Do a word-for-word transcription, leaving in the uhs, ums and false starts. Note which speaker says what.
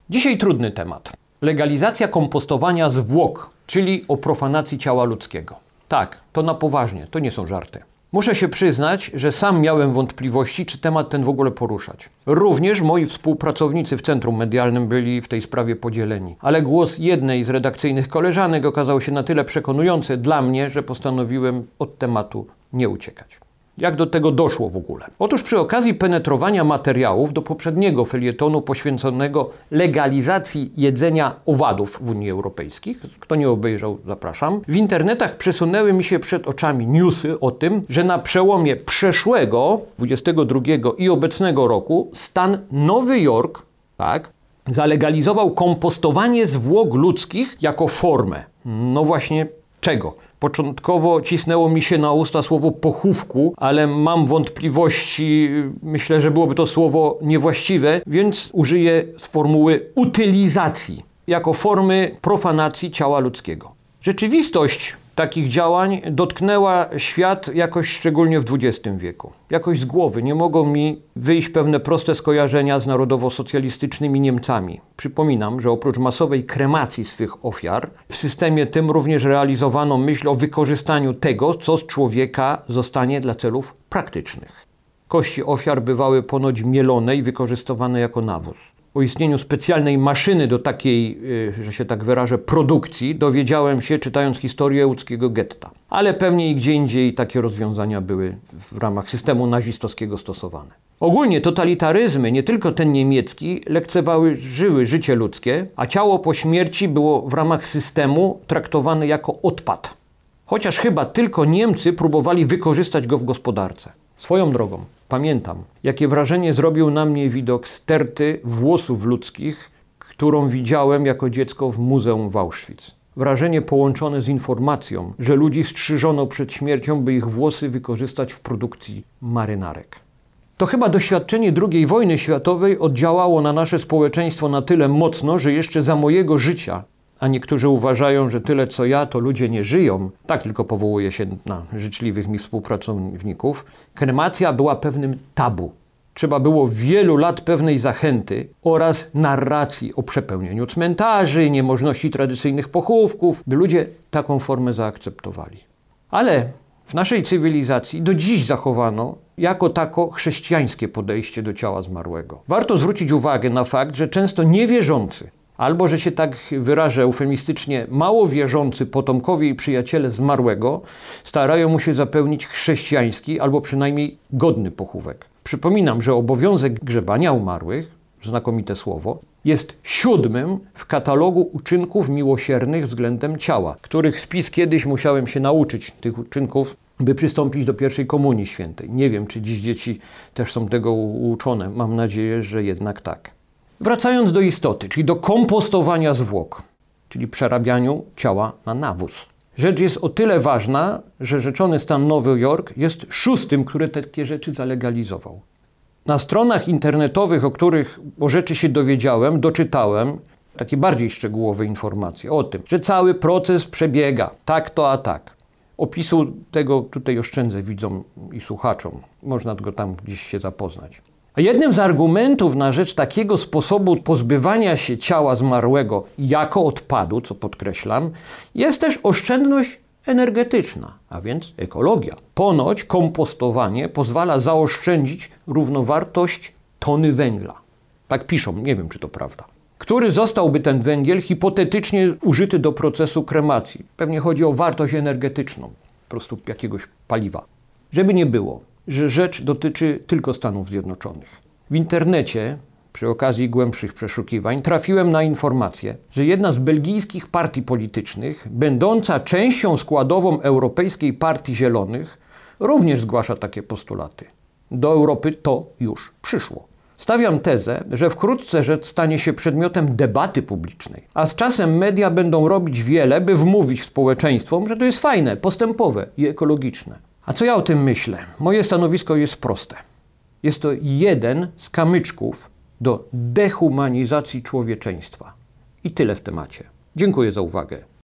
Speaker 1: Dzisiaj trudny temat. Legalizacja kompostowania zwłok, czyli o profanacji ciała ludzkiego. Tak, to na poważnie, to nie są żarty. Muszę się przyznać, że sam miałem wątpliwości, czy temat ten w ogóle poruszać. Również moi współpracownicy w Centrum Medialnym byli w tej sprawie podzieleni. Ale głos jednej z redakcyjnych koleżanek okazał się na tyle przekonujący dla mnie, że postanowiłem od tematu nie uciekać. Jak do tego doszło w ogóle? Otóż przy okazji penetrowania materiałów do poprzedniego felietonu poświęconego legalizacji jedzenia owadów w Unii Europejskiej, kto nie obejrzał, zapraszam, w internetach przesunęły mi się przed oczami newsy o tym, że na przełomie przeszłego, dwudziestego drugiego i obecnego roku stan Nowy Jork, tak, zalegalizował kompostowanie zwłok ludzkich jako formę. No właśnie czego? Początkowo cisnęło mi się na usta słowo pochówku, ale mam wątpliwości, myślę, że byłoby to słowo niewłaściwe, więc użyję formuły utylizacji jako formy profanacji ciała ludzkiego. Rzeczywistość takich działań dotknęła świat jakoś szczególnie w dwudziestym wieku. Jakoś z głowy nie mogą mi wyjść pewne proste skojarzenia z narodowo-socjalistycznymi Niemcami. Przypominam, że oprócz masowej kremacji swych ofiar, w systemie tym również realizowano myśl o wykorzystaniu tego, co z człowieka zostanie dla celów praktycznych. Kości ofiar bywały ponoć mielone i wykorzystywane jako nawóz. O istnieniu specjalnej maszyny do takiej, że się tak wyrażę, produkcji dowiedziałem się, czytając historię łódzkiego getta. Ale pewnie i gdzie indziej takie rozwiązania były w ramach systemu nazistowskiego stosowane. Ogólnie totalitaryzmy, nie tylko ten niemiecki, lekceważyły życie ludzkie, a ciało po śmierci było w ramach systemu traktowane jako odpad. Chociaż chyba tylko Niemcy próbowali wykorzystać go w gospodarce. Swoją drogą, pamiętam, jakie wrażenie zrobił na mnie widok sterty włosów ludzkich, którą widziałem jako dziecko w Muzeum w Auschwitz. Wrażenie połączone z informacją, że ludzi strzyżono przed śmiercią, by ich włosy wykorzystać w produkcji marynarek. To chyba doświadczenie drugiej wojny światowej oddziałało na nasze społeczeństwo na tyle mocno, że jeszcze za mojego życia, a niektórzy uważają, że tyle co ja, to ludzie nie żyją, tak tylko powołuję się na życzliwych mi współpracowników, kremacja była pewnym tabu. Trzeba było wielu lat pewnej zachęty oraz narracji o przepełnieniu cmentarzy, niemożności tradycyjnych pochówków, by ludzie taką formę zaakceptowali. Ale w naszej cywilizacji do dziś zachowano jako tako chrześcijańskie podejście do ciała zmarłego. Warto zwrócić uwagę na fakt, że często niewierzący, albo, że się tak wyrażę eufemistycznie, mało wierzący potomkowie i przyjaciele zmarłego starają mu się zapewnić chrześcijański albo przynajmniej godny pochówek. Przypominam, że obowiązek grzebania umarłych, znakomite słowo, jest siódmym w katalogu uczynków miłosiernych względem ciała, których spis kiedyś musiałem się nauczyć, tych uczynków, by przystąpić do pierwszej komunii świętej. Nie wiem, czy dziś dzieci też są tego uczone. Mam nadzieję, że jednak tak. Wracając do istoty, czyli do kompostowania zwłok, czyli przerabianiu ciała na nawóz. Rzecz jest o tyle ważna, że rzeczony stan Nowy Jork jest szóstym, który takie rzeczy zalegalizował. Na stronach internetowych, o których o rzeczy się dowiedziałem, doczytałem takie bardziej szczegółowe informacje o tym, że cały proces przebiega tak to a tak. Opisu tego tutaj oszczędzę widzom i słuchaczom. Można go tam gdzieś się zapoznać. A jednym z argumentów na rzecz takiego sposobu pozbywania się ciała zmarłego jako odpadu, co podkreślam, jest też oszczędność energetyczna, a więc ekologia. Ponoć kompostowanie pozwala zaoszczędzić równowartość tony węgla. Tak piszą, nie wiem czy to prawda. Który zostałby ten węgiel hipotetycznie użyty do procesu kremacji. Pewnie chodzi o wartość energetyczną, po prostu jakiegoś paliwa. Żeby nie było, że rzecz dotyczy tylko Stanów Zjednoczonych. W internecie, przy okazji głębszych przeszukiwań, trafiłem na informację, że jedna z belgijskich partii politycznych, będąca częścią składową Europejskiej Partii Zielonych, również zgłasza takie postulaty. Do Europy to już przyszło. Stawiam tezę, że wkrótce rzecz stanie się przedmiotem debaty publicznej, a z czasem media będą robić wiele, by wmówić społeczeństwom, że to jest fajne, postępowe i ekologiczne. A co ja o tym myślę? Moje stanowisko jest proste. Jest to jeden z kamyczków do dehumanizacji człowieczeństwa. I tyle w temacie. Dziękuję za uwagę.